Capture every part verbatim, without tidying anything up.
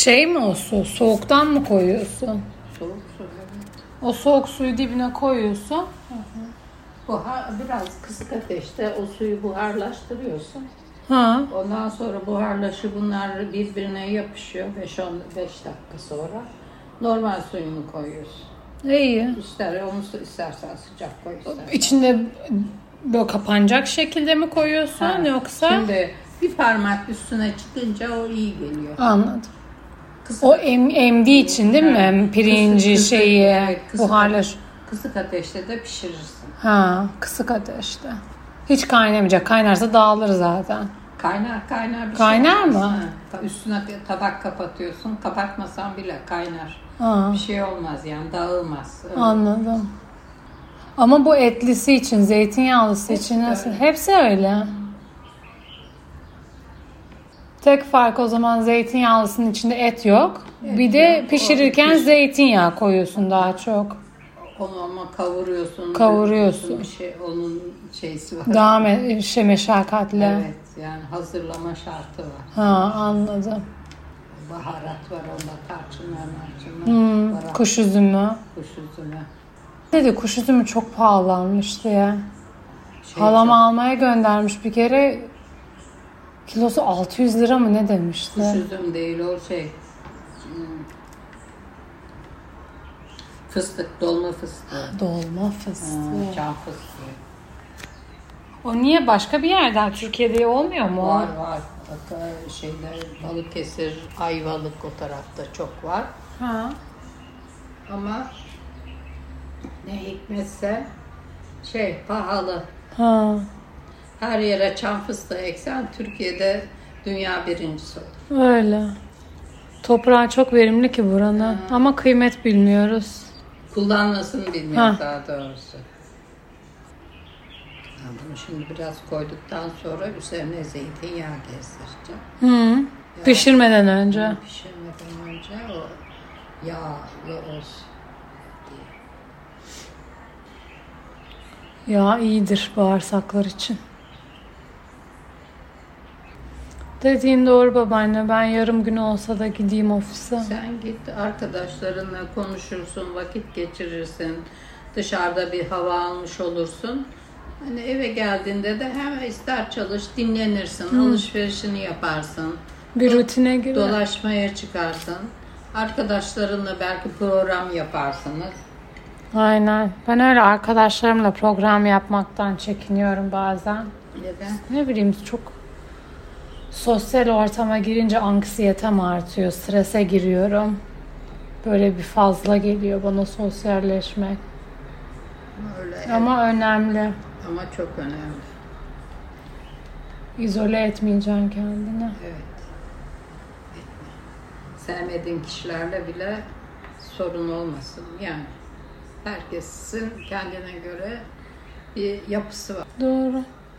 Şey mi o su? Soğuktan mı koyuyorsun? Soğuk su. Evet. O soğuk suyu dibine koyuyorsun. Hı hı. Buhar, biraz kısık ateşte o suyu buharlaştırıyorsun. Ha. Ondan sonra buharlaşı bunlar birbirine yapışıyor beş on beş dakika sonra. Normal suyunu koyuyorsun. İyi. İster onu istersen sıcak koy istersen. İçinde böyle kapanacak şekilde mi koyuyorsun Ha, yoksa? Şimdi bir parmak üstüne çıkınca o iyi geliyor. Anladım. Kısık, O em, emdiği için değil mi? Evet. Pirinci Kısık- kısık- şeyi evet, kısık buharlaş. ate- Kısık ateşte de pişirirsin. Ha, kısık ateşte. Hiç kaynamayacak. Kaynarsa dağılır zaten. Kaynar kaynar bir Kaynar şey olmaz. mı? Ha, üstüne tabak kapatıyorsun. Kapatmasan bile kaynar. Ha. Bir şey olmaz yani dağılmaz. Öyle. Anladım. Ama bu etlisi için, zeytinyağlısı Hepsi için nasıl? öyle. Hepsi öyle. Tek fark o zaman zeytinyağlısının içinde et yok. Et bir de yok. pişirirken O piş- zeytinyağı koyuyorsun daha çok. Onu ama kavuruyorsun. Kavuruyorsun. Bir şey, onun şeysi var. Daha me- şey meşakkatli. Evet yani hazırlama şartı var. Ha, anladım. Baharat var onda, tarçınlar, marçınlar. Hmm, baharat, kuş üzümü. kuş üzümü. Dedi kuş üzümü çok pahalanmış diye. Şey Halam çok- almaya göndermiş bir kere. Kilosu altı yüz lira mı ne demişti? Kuş üzüm değil o şey. hmm, Fıstık, dolma fıstığı. Dolma fıstığı. Ha, çam fıstığı. O niye başka bir yerden? Türkiye'de olmuyor mu? Var var. Hatta şeyde Balıkesir, Ayvalık o tarafta çok var. Ha. Ama ne hikmetse şey pahalı. Ha. Her yere çam fıstığı eksen Türkiye'de dünya birincisi olur. Öyle. Toprağı çok verimli ki buranın. Ama kıymet bilmiyoruz. Kullanmasını bilmiyoruz Ha. daha doğrusu. Ha, bunu şimdi biraz koyduktan sonra üzerine zeytinyağı gezdireceğim. Hı. Pişirmeden önce. Yani pişirmeden önce o yağlı olsun diye. Ya iyidir bağırsaklar için. Dediğin doğru babaanne. Ben yarım gün olsa da gideyim ofise. Sen git arkadaşlarınla konuşursun, vakit geçirirsin. Dışarıda bir hava almış olursun. Hani eve geldiğinde de hem ister çalış, dinlenirsin, alışverişini yaparsın. Bir rutine girer. Dolaşmaya çıkarsın. Arkadaşlarınla belki program yaparsınız. Aynen. Ben öyle arkadaşlarımla program yapmaktan çekiniyorum bazen. Neden? Ne bileyim çok sosyal ortama girince anksiyetem artıyor. Strese giriyorum. Böyle bir fazla geliyor bana sosyalleşmek. Öyle. Ama önemli. Ama çok önemli. İzole etmeyeceksin kendini. Evet. Sevmediğin kişilerle bile sorun olmasın. Yani herkesin kendine göre bir yapısı var. Doğru.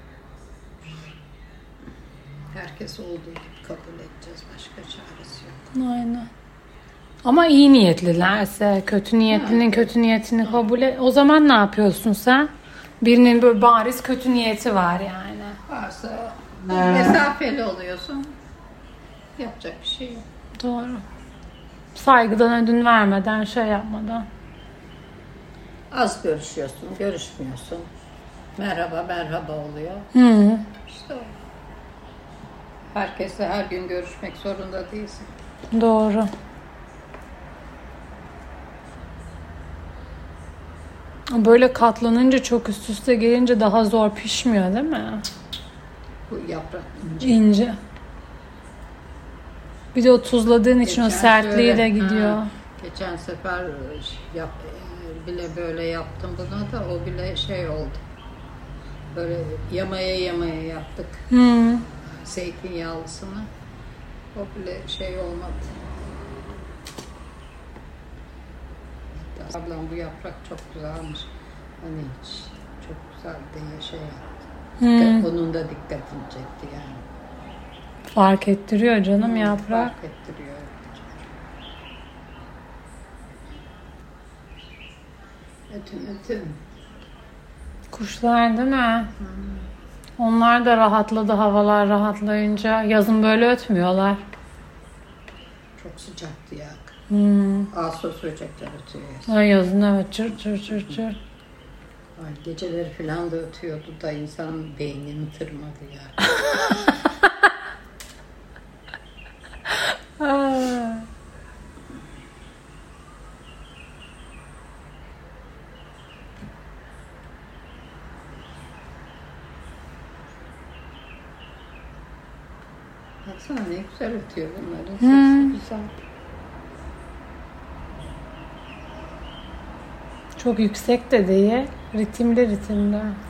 Herkes olduğu gibi kabul edeceğiz. Başka çaresi yok. Aynen. Ama iyi niyetlilerse, kötü niyetlinin kötü niyetini kabul et. O zaman ne yapıyorsun sen? Birinin böyle bariz kötü niyeti var yani. Varsa mesafeli oluyorsun. Yapacak bir şey yok. Doğru. Saygıdan ödün vermeden, şey yapmadan. Az görüşüyorsun, görüşmüyorsun. Merhaba, merhaba oluyor. Hı. İşte o. Herkesle her gün görüşmek zorunda değilsin. Doğru. Böyle katlanınca çok üst üste gelince daha zor pişmiyor değil mi? Bu yaprak ince. İnce. Bir de o tuzladığın için o Geçen sertliği şöyle, de gidiyor. ha, geçen sefer yap, bile böyle yaptım buna da o bile şey oldu. Böyle yamaya yamaya yaptık. Hı. Zeytinyağlısını. O bile şey olmadı. Ablam bu yaprak çok güzelmiş. Hani hiç çok güzel diye şey yaptı. Hı. Onun da dikkatini çekti yani. Fark ettiriyor canım Hı, yaprak. Fark ettiriyor. Ötün ötün. Kuşlar değil mi? Onlar da rahatladı havalar rahatlayınca. Yazın böyle ötmüyorlar. Çok sıcaktı ya. Hmm. Ağustos böcekler ötüyor. ya. Ay yazın evet çır çır çır çır. Ay, geceleri falan da ötüyordu da insanın beynini tırmadı ya. Aa. Baksana ne güzel ötüyor bunların sesi Hmm. güzel. Çok yüksek de değil. Ritimli ritimli.